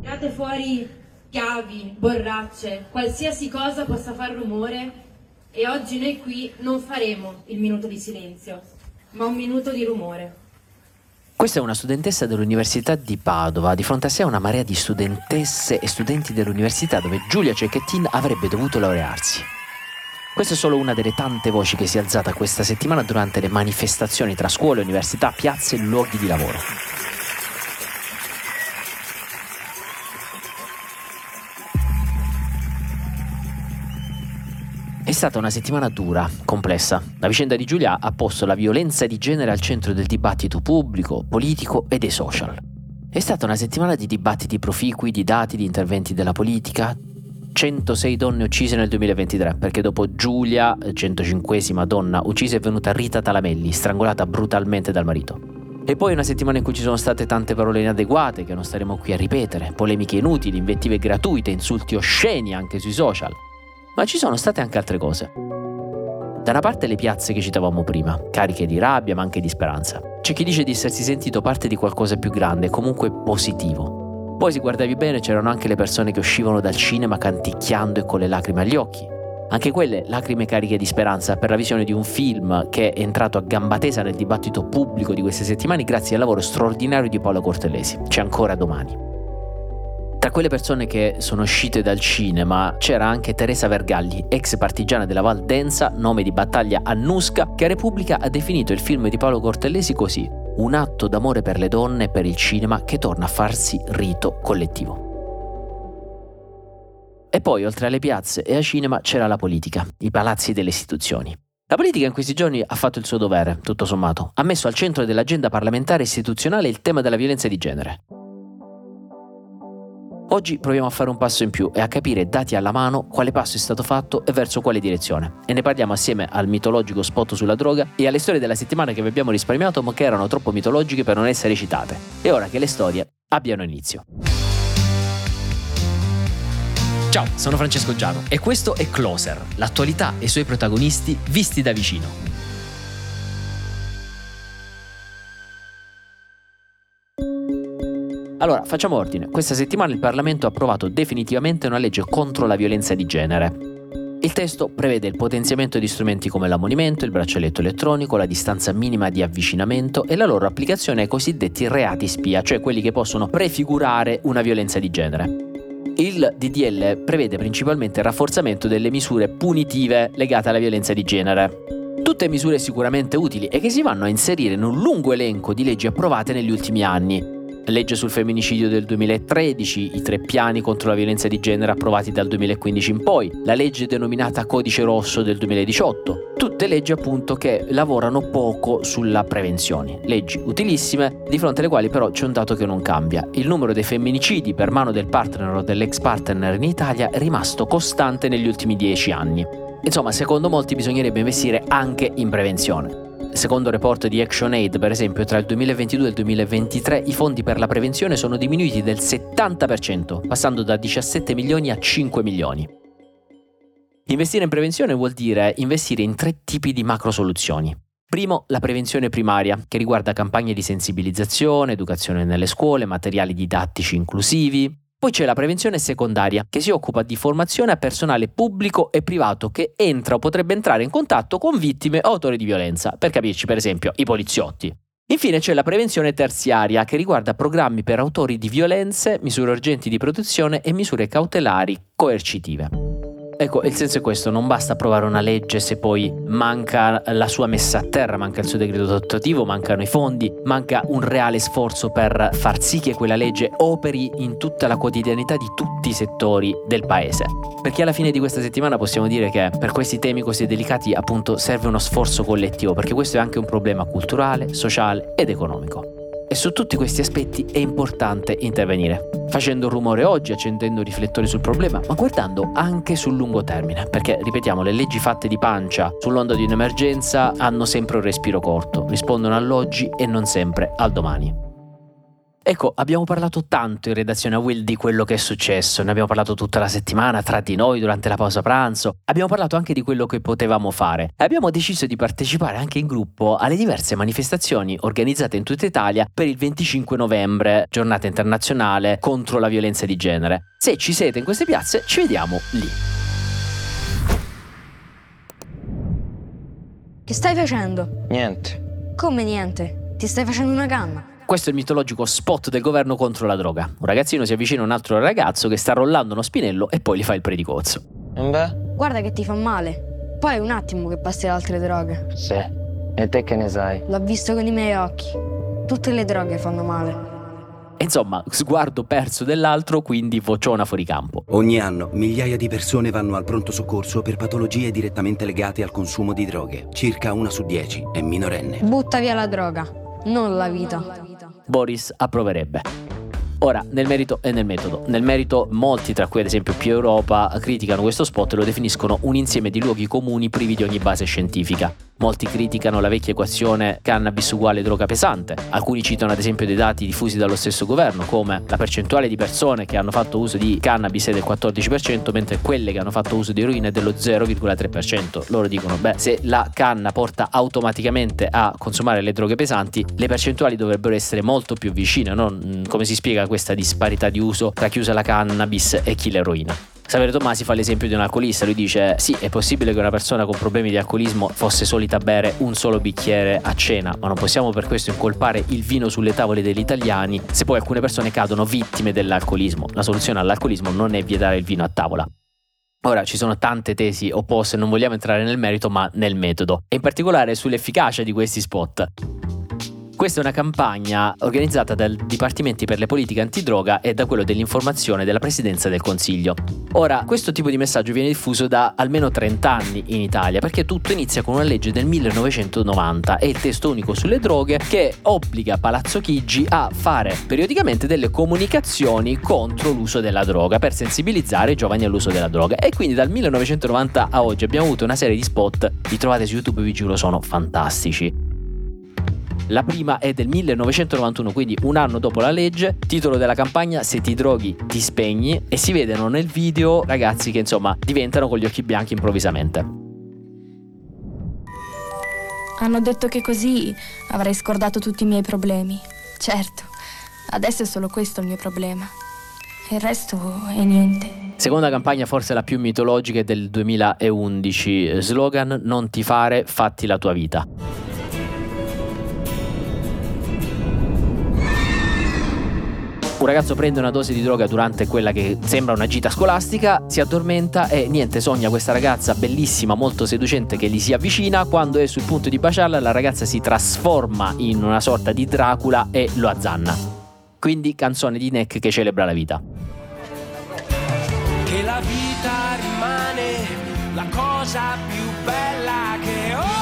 Tirate fuori chiavi, borracce, qualsiasi cosa possa far rumore, e oggi noi qui non faremo il minuto di silenzio, ma un minuto di rumore. Questa è una studentessa dell'Università di Padova, di fronte a sé una marea di studentesse e studenti dell'università dove Giulia Cecchettin avrebbe dovuto laurearsi. Questa è solo una delle tante voci che si è alzata questa settimana durante le manifestazioni tra scuole, università, piazze e luoghi di lavoro. È stata una settimana dura, complessa. La vicenda di Giulia ha posto la violenza di genere al centro del dibattito pubblico, politico e dei social. È stata una settimana di dibattiti proficui, di dati, di interventi della politica. 106 donne uccise nel 2023, perché dopo Giulia, 105esima donna uccisa, è venuta Rita Talamelli, strangolata brutalmente dal marito. E poi una settimana in cui ci sono state tante parole inadeguate che non staremo qui a ripetere, polemiche inutili, invettive gratuite, insulti osceni anche sui social. Ma ci sono state anche altre cose. Da una parte le piazze che citavamo prima, cariche di rabbia ma anche di speranza. C'è chi dice di essersi sentito parte di qualcosa più grande, comunque positivo. Poi se guardavi bene c'erano anche le persone che uscivano dal cinema canticchiando e con le lacrime agli occhi. Anche quelle lacrime cariche di speranza per la visione di un film che è entrato a gamba tesa nel dibattito pubblico di queste settimane grazie al lavoro straordinario di Paola Cortellesi. C'è ancora domani. Tra quelle persone che sono uscite dal cinema c'era anche Teresa Vergalli, ex partigiana della Val d'Enza, nome di battaglia a Nusca, che a Repubblica ha definito il film di Paolo Cortellesi così: un atto d'amore per le donne e per il cinema che torna a farsi rito collettivo. E poi, oltre alle piazze e ai cinema, c'era la politica, i palazzi delle istituzioni. La politica in questi giorni ha fatto il suo dovere, tutto sommato. Ha messo al centro dell'agenda parlamentare e istituzionale il tema della violenza di genere. Oggi proviamo a fare un passo in più e a capire, dati alla mano, quale passo è stato fatto e verso quale direzione. E ne parliamo assieme al mitologico spot sulla droga e alle storie della settimana che vi abbiamo risparmiato ma che erano troppo mitologiche per non essere citate. È ora che le storie abbiano inizio. Ciao, sono Francesco Giano e questo è Closer, l'attualità e i suoi protagonisti visti da vicino. Allora, facciamo ordine. Questa settimana il Parlamento ha approvato definitivamente una legge contro la violenza di genere. Il testo prevede il potenziamento di strumenti come l'ammonimento, il braccialetto elettronico, la distanza minima di avvicinamento e la loro applicazione ai cosiddetti reati spia, cioè quelli che possono prefigurare una violenza di genere. Il DDL prevede principalmente il rafforzamento delle misure punitive legate alla violenza di genere. Tutte misure sicuramente utili e che si vanno a inserire in un lungo elenco di leggi approvate negli ultimi anni. Legge sul femminicidio del 2013, i 3 piani contro la violenza di genere approvati dal 2015 in poi, la legge denominata Codice Rosso del 2018. Tutte leggi appunto che lavorano poco sulla prevenzione. Leggi utilissime, di fronte alle quali però c'è un dato che non cambia. Il numero dei femminicidi per mano del partner o dell'ex partner in Italia è rimasto costante negli ultimi 10 anni. Insomma, secondo molti bisognerebbe investire anche in prevenzione. Secondo il report di ActionAid, per esempio, tra il 2022 e il 2023 i fondi per la prevenzione sono diminuiti del 70%, passando da 17 milioni a 5 milioni. Investire in prevenzione vuol dire investire in 3 tipi di macro soluzioni. Primo, la prevenzione primaria, che riguarda campagne di sensibilizzazione, educazione nelle scuole, materiali didattici inclusivi. Poi c'è la prevenzione secondaria, che si occupa di formazione a personale pubblico e privato che entra o potrebbe entrare in contatto con vittime o autori di violenza, per capirci per esempio i poliziotti. Infine c'è la prevenzione terziaria, che riguarda programmi per autori di violenze, misure urgenti di protezione e misure cautelari coercitive. Ecco, il senso è questo: non basta approvare una legge se poi manca la sua messa a terra, manca il suo decreto attuativo, mancano i fondi, manca un reale sforzo per far sì che quella legge operi in tutta la quotidianità di tutti i settori del paese. Perché alla fine di questa settimana possiamo dire che per questi temi così delicati appunto serve uno sforzo collettivo, perché questo è anche un problema culturale, sociale ed economico. E su tutti questi aspetti è importante intervenire, facendo rumore oggi, accendendo riflettori sul problema, ma guardando anche sul lungo termine, perché, ripetiamo, le leggi fatte di pancia sull'onda di un'emergenza hanno sempre un respiro corto, rispondono all'oggi e non sempre al domani. Ecco, abbiamo parlato tanto in redazione a Will di quello che è successo, ne abbiamo parlato tutta la settimana tra di noi durante la pausa pranzo, abbiamo parlato anche di quello che potevamo fare e abbiamo deciso di partecipare anche in gruppo alle diverse manifestazioni organizzate in tutta Italia per il 25 novembre, giornata internazionale contro la violenza di genere. Se ci siete in queste piazze, ci vediamo lì. Che stai facendo? Niente. Come niente? Ti stai facendo una canna? Questo è il mitologico spot del governo contro la droga. Un ragazzino si avvicina a un altro ragazzo che sta rollando uno spinello e poi gli fa il predicozzo. Beh, Guarda che ti fa male. Poi è un attimo che passi ad altre droghe. sì. E te che ne sai? L'ho visto con i miei occhi. Tutte le droghe fanno male. Insomma, sguardo perso dell'altro, quindi vociona fuori campo. Ogni anno migliaia di persone vanno al pronto soccorso per patologie direttamente legate al consumo di droghe. Circa 1 su 10 è minorenne. Butta via la droga, non la vita. Boris approverebbe. Ora, nel merito e nel metodo. Nel merito, molti, tra cui ad esempio Più Europa, criticano questo spot e lo definiscono un insieme di luoghi comuni privi di ogni base scientifica. Molti criticano la vecchia equazione cannabis uguale droga pesante. Alcuni citano ad esempio dei dati diffusi dallo stesso governo, come la percentuale di persone che hanno fatto uso di cannabis è del 14%, mentre quelle che hanno fatto uso di eroina è dello 0,3%. Loro dicono, se la canna porta automaticamente a consumare le droghe pesanti, le percentuali dovrebbero essere molto più vicine, no? Come si spiega questa disparità di uso tra chi usa la cannabis e chi l'eroina? Saverio Tommasi fa l'esempio di un alcolista, lui dice sì, è possibile che una persona con problemi di alcolismo fosse solita bere un solo bicchiere a cena, ma non possiamo per questo incolpare il vino sulle tavole degli italiani se poi alcune persone cadono vittime dell'alcolismo. La soluzione all'alcolismo non è vietare il vino a tavola. Ora ci sono tante tesi opposte, non vogliamo entrare nel merito ma nel metodo, e in particolare sull'efficacia di questi spot. Questa è una campagna organizzata dal Dipartimenti per le politiche antidroga e da quello dell'informazione della Presidenza del Consiglio. Ora, questo tipo di messaggio viene diffuso da almeno 30 anni in Italia, perché tutto inizia con una legge del 1990 e il testo unico sulle droghe che obbliga Palazzo Chigi a fare periodicamente delle comunicazioni contro l'uso della droga per sensibilizzare i giovani all'uso della droga. E quindi dal 1990 a oggi abbiamo avuto una serie di spot, li trovate su YouTube, vi giuro, sono fantastici. La prima è del 1991, quindi un anno dopo la legge. Titolo della campagna: se ti droghi ti spegni, e si vedono nel video ragazzi che insomma diventano con gli occhi bianchi improvvisamente. Hanno detto che così avrei scordato tutti i miei problemi. Certo, adesso è solo questo il mio problema. Il resto è niente. Seconda campagna, forse la più mitologica, è del 2011. Slogan: non ti fare, fatti la tua vita. Un ragazzo prende una dose di droga durante quella che sembra una gita scolastica, si addormenta e niente, sogna questa ragazza bellissima, molto seducente che gli si avvicina. Quando è sul punto di baciarla, la ragazza si trasforma in una sorta di Dracula e lo azzanna. Quindi canzone di Neck che celebra la vita. Che la vita rimane la cosa più bella che ho.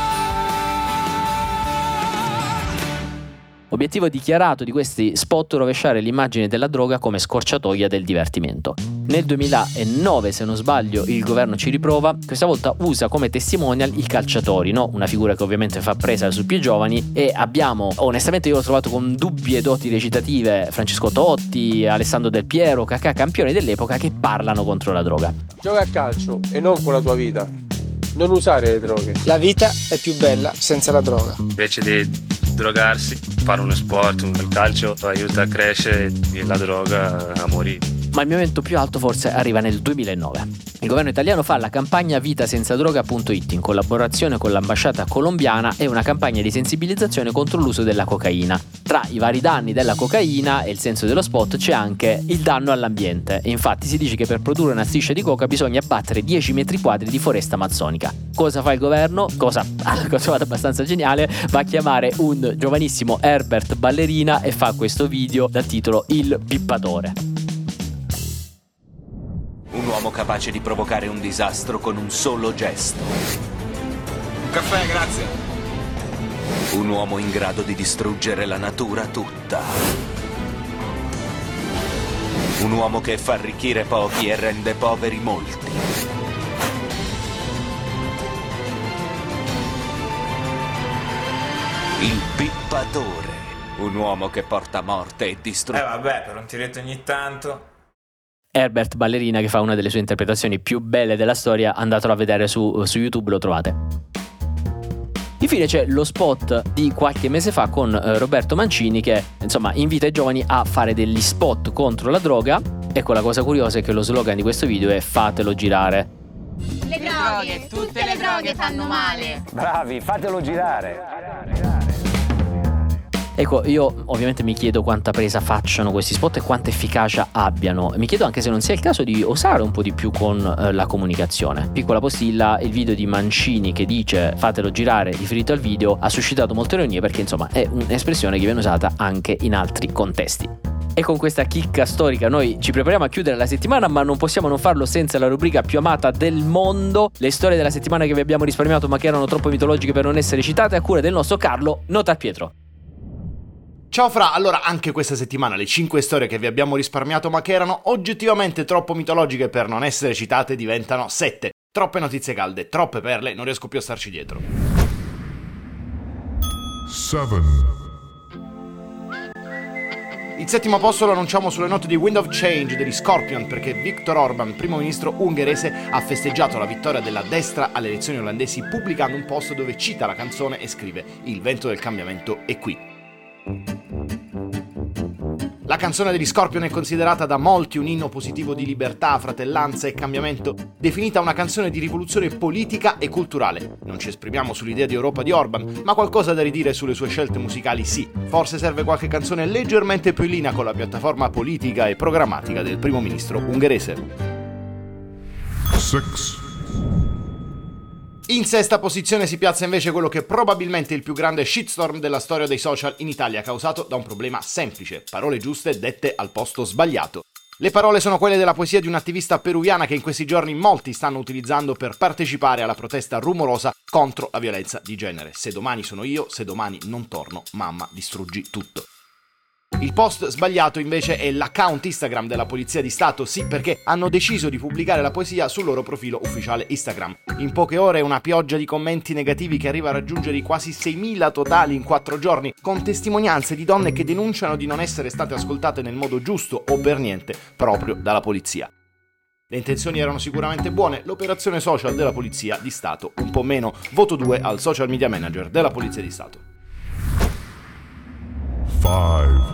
Obiettivo dichiarato di questi spot: rovesciare l'immagine della droga come scorciatoia del divertimento. Nel 2009, se non sbaglio, il governo ci riprova. Questa volta usa come testimonial i calciatori, no? Una figura che ovviamente fa presa sui più giovani, e abbiamo, onestamente io l'ho trovato con dubbie doti recitative, Francesco Totti, Alessandro Del Piero, Kakà, campioni dell'epoca, che parlano contro la droga. Gioca a calcio e non con la tua vita. Non usare le droghe. La vita è più bella senza la droga. Invece di drogarsi, fare uno sport, il calcio aiuta a crescere e la droga a morire. Ma il momento più alto forse arriva nel 2009. Il governo italiano fa la campagna vitasensadroga.it in collaborazione con l'ambasciata colombiana, e una campagna di sensibilizzazione contro l'uso della cocaina. Tra i vari danni della cocaina e il senso dello spot c'è anche il danno all'ambiente, e infatti si dice che per produrre una striscia di coca bisogna abbattere 10 metri quadri di foresta amazzonica. Cosa fa il governo? Cosa ho trovato abbastanza geniale: va a chiamare un giovanissimo Herbert Ballerina e fa questo video dal titolo Il pippatore. Un uomo capace di provocare un disastro con un solo gesto. Un caffè, grazie. Un uomo in grado di distruggere la natura tutta. Un uomo che fa arricchire pochi e rende poveri molti. Il pippatore. Un uomo che porta morte e distruzione. Vabbè, per un tiretto ogni tanto. Herbert Ballerina, che fa una delle sue interpretazioni più belle della storia, andatelo a vedere su YouTube, lo trovate. Infine c'è lo spot di qualche mese fa con Roberto Mancini, che insomma invita i giovani a fare degli spot contro la droga. Ecco, la cosa curiosa è che lo slogan di questo video è "fatelo girare". Le droghe, tutte le droghe fanno male. Bravi, fatelo girare. Ecco, io ovviamente mi chiedo quanta presa facciano questi spot e quanta efficacia abbiano. Mi chiedo anche se non sia il caso di osare un po' di più con la comunicazione. Piccola postilla, il video di Mancini che dice "fatelo girare" riferito al video ha suscitato molte ironie, perché insomma è un'espressione che viene usata anche in altri contesti. E con questa chicca storica noi ci prepariamo a chiudere la settimana, ma non possiamo non farlo senza la rubrica più amata del mondo, le storie della settimana che vi abbiamo risparmiato ma che erano troppo mitologiche per non essere citate, a cura del nostro Carlo Notarpietro. Ciao Fra, allora anche questa settimana le 5 storie che vi abbiamo risparmiato ma che erano oggettivamente troppo mitologiche per non essere citate diventano 7. Troppe notizie calde, troppe perle, non riesco più a starci dietro. 7. Il settimo posto lo annunciamo sulle note di Wind of Change degli Scorpion, perché Viktor Orban, primo ministro ungherese, ha festeggiato la vittoria della destra alle elezioni olandesi pubblicando un post dove cita la canzone e scrive "Il vento del cambiamento è qui". La canzone degli Scorpion è considerata da molti un inno positivo di libertà, fratellanza e cambiamento, definita una canzone di rivoluzione politica e culturale. Non ci esprimiamo sull'idea di Europa di Orban, ma qualcosa da ridire sulle sue scelte musicali sì. Forse serve qualche canzone leggermente più in linea con la piattaforma politica e programmatica del primo ministro ungherese. 6. In sesta posizione si piazza invece quello che è probabilmente il più grande shitstorm della storia dei social in Italia, causato da un problema semplice: parole giuste dette al posto sbagliato. Le parole sono quelle della poesia di un'attivista peruviana che in questi giorni molti stanno utilizzando per partecipare alla protesta rumorosa contro la violenza di genere. Se domani sono io, se domani non torno, mamma, distruggi tutto. Il post sbagliato invece è l'account Instagram della Polizia di Stato, sì, perché hanno deciso di pubblicare la poesia sul loro profilo ufficiale Instagram. In poche ore una pioggia di commenti negativi che arriva a raggiungere i quasi 6.000 totali in 4 giorni, con testimonianze di donne che denunciano di non essere state ascoltate nel modo giusto o per niente proprio dalla polizia. Le intenzioni erano sicuramente buone, l'operazione social della Polizia di Stato un po' meno. Voto 2 al social media manager della Polizia di Stato. 5.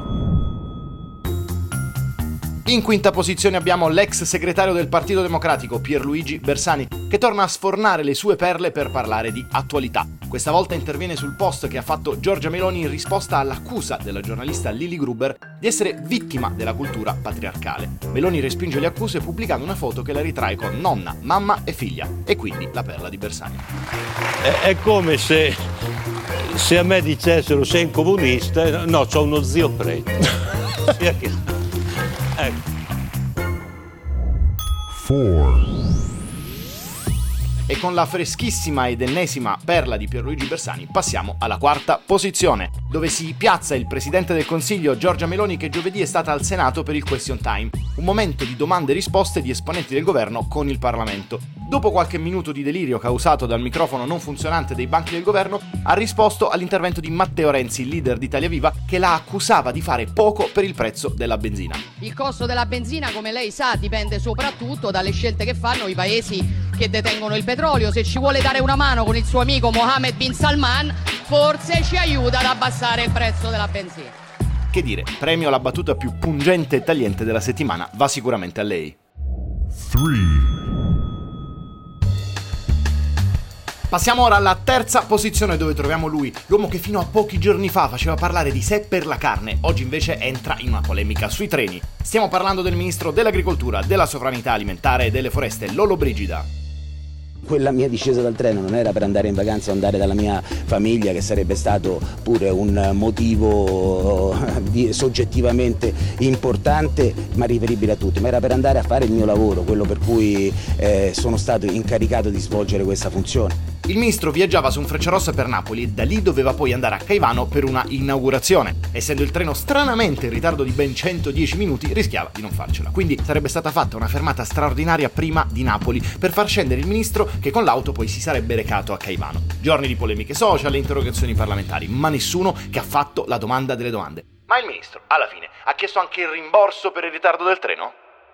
In quinta posizione abbiamo l'ex segretario del Partito Democratico Pierluigi Bersani, che torna a sfornare le sue perle per parlare di attualità. Questa volta interviene sul post che ha fatto Giorgia Meloni in risposta all'accusa della giornalista Lily Gruber di essere vittima della cultura patriarcale. Meloni respinge le accuse pubblicando una foto che la ritrae con nonna, mamma e figlia, e quindi la perla di Bersani. È come se a me dicessero sei un comunista, no, c'ho uno zio prete. Ecco. 4. E con la freschissima ed ennesima perla di Pierluigi Bersani passiamo alla quarta posizione, dove si piazza il presidente del Consiglio Giorgia Meloni, che giovedì è stata al Senato per il Question Time, un momento di domande e risposte di esponenti del governo con il Parlamento. Dopo qualche minuto di delirio causato dal microfono non funzionante dei banchi del governo, ha risposto all'intervento di Matteo Renzi, il leader di Italia Viva, che la accusava di fare poco per il prezzo della benzina. Il costo della benzina, come lei sa, dipende soprattutto dalle scelte che fanno i paesi che detengono il petrolio. Se ci vuole dare una mano con il suo amico Mohammed bin Salman, forse ci aiuta ad abbassare il prezzo della benzina. Che dire, premio alla battuta più pungente e tagliente della settimana va sicuramente a lei. 3. Passiamo ora alla terza posizione, dove troviamo lui, l'uomo che fino a pochi giorni fa faceva parlare di sé per la carne, oggi invece entra in una polemica sui treni. Stiamo parlando del ministro dell'Agricoltura, della Sovranità Alimentare e delle Foreste, Lollobrigida. Quella mia discesa dal treno non era per andare in vacanza o andare dalla mia famiglia, che sarebbe stato pure un motivo soggettivamente importante ma riferibile a tutti, ma era per andare a fare il mio lavoro, quello per cui sono stato incaricato di svolgere questa funzione. Il ministro viaggiava su un Frecciarossa per Napoli e da lì doveva poi andare a Caivano per una inaugurazione. Essendo il treno stranamente in ritardo di ben 110 minuti, rischiava di non farcela. Quindi sarebbe stata fatta una fermata straordinaria prima di Napoli per far scendere il ministro, che con l'auto poi si sarebbe recato a Caivano. Giorni di polemiche social e interrogazioni parlamentari, ma nessuno che ha fatto la domanda delle domande. Ma il ministro, alla fine, ha chiesto anche il rimborso per il ritardo del treno?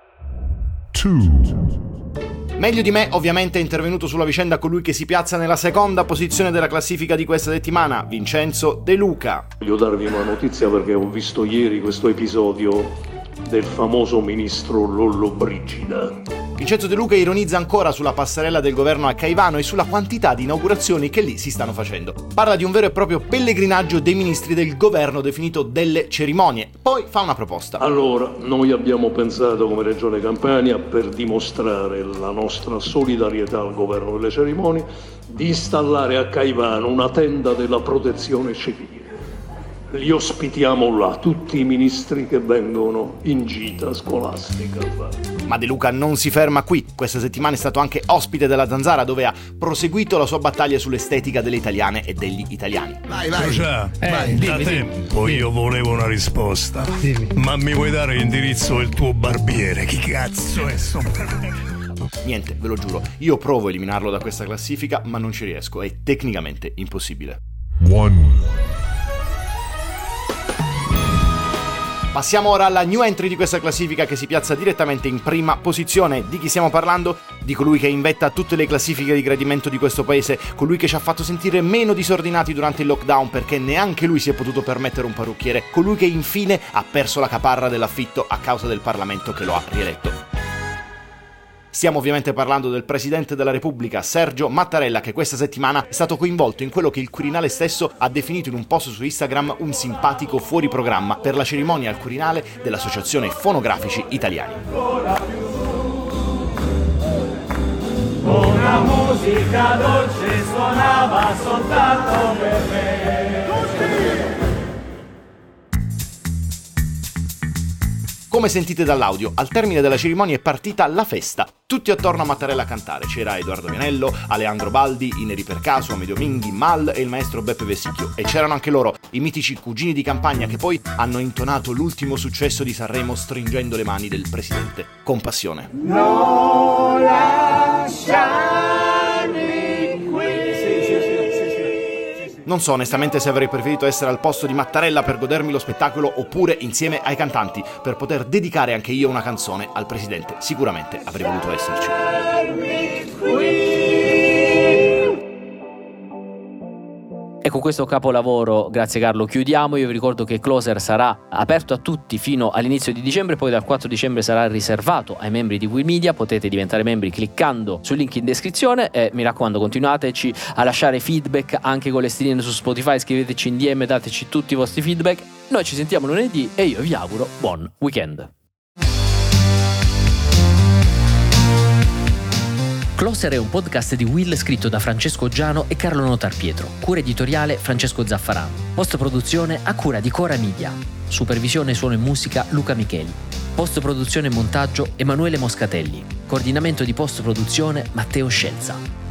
2. Meglio di me, ovviamente, è intervenuto sulla vicenda colui che si piazza nella seconda posizione della classifica di questa settimana, Vincenzo De Luca. Voglio darvi una notizia perché ho visto ieri questo episodio del famoso ministro Lollobrigida. Vincenzo De Luca ironizza ancora sulla passerella del governo a Caivano e sulla quantità di inaugurazioni che lì si stanno facendo. Parla di un vero e proprio pellegrinaggio dei ministri del governo definito delle cerimonie. Poi fa una proposta. Allora, noi abbiamo pensato come Regione Campania, per dimostrare la nostra solidarietà al governo delle cerimonie, di installare a Caivano una tenda della protezione civile. Li ospitiamo là, tutti i ministri che vengono in gita scolastica. Ma De Luca non si ferma qui. Questa settimana è stato anche ospite della Zanzara, dove ha proseguito la sua battaglia sull'estetica delle italiane e degli italiani. Vai. Da tempo io volevo una risposta. Ma mi vuoi dare l'indirizzo del tuo barbiere? Chi cazzo è sto? Niente, ve lo giuro, io provo a eliminarlo da questa classifica, ma non ci riesco, è tecnicamente impossibile. 1. Passiamo ora alla new entry di questa classifica, che si piazza direttamente in prima posizione. Di chi stiamo parlando? Di colui che invetta tutte le classifiche di gradimento di questo paese, colui che ci ha fatto sentire meno disordinati durante il lockdown perché neanche lui si è potuto permettere un parrucchiere, colui che infine ha perso la caparra dell'affitto a causa del Parlamento che lo ha rieletto. Stiamo ovviamente parlando del Presidente della Repubblica, Sergio Mattarella, che questa settimana è stato coinvolto in quello che il Quirinale stesso ha definito in un post su Instagram un simpatico fuori programma per la cerimonia al Quirinale dell'Associazione Fonografici Italiani. Una musica dolce suonava soltanto per me. Come sentite dall'audio, al termine della cerimonia è partita la festa. Tutti attorno a Mattarella a cantare. C'era Edoardo Vianello, Aleandro Baldi, Ineri Per Caso, Amedeo Minghi, Mal e il maestro Beppe Vesicchio. E c'erano anche loro, i mitici cugini di campagna, che poi hanno intonato l'ultimo successo di Sanremo stringendo le mani del presidente. Con passione. Non lasciarmi qui. Non so onestamente se avrei preferito essere al posto di Mattarella per godermi lo spettacolo oppure insieme ai cantanti per poter dedicare anche io una canzone al presidente. Sicuramente avrei voluto esserci. E con questo capolavoro, grazie Carlo, chiudiamo. Io vi ricordo che Closer sarà aperto a tutti fino all'inizio di dicembre, poi dal 4 dicembre sarà riservato ai membri di Will Media. Potete diventare membri cliccando sul link in descrizione e mi raccomando, continuateci a lasciare feedback anche con le stelline su Spotify, scriveteci in DM, dateci tutti i vostri feedback. Noi ci sentiamo lunedì e io vi auguro buon weekend. Closer è un podcast di Will scritto da Francesco Giano e Carlo Notarpietro. Cura editoriale Francesco Zaffarano. Post-produzione a cura di Cora Media. Supervisione suono e musica Luca Micheli. Post-produzione e montaggio Emanuele Moscatelli. Coordinamento di post-produzione Matteo Scelza.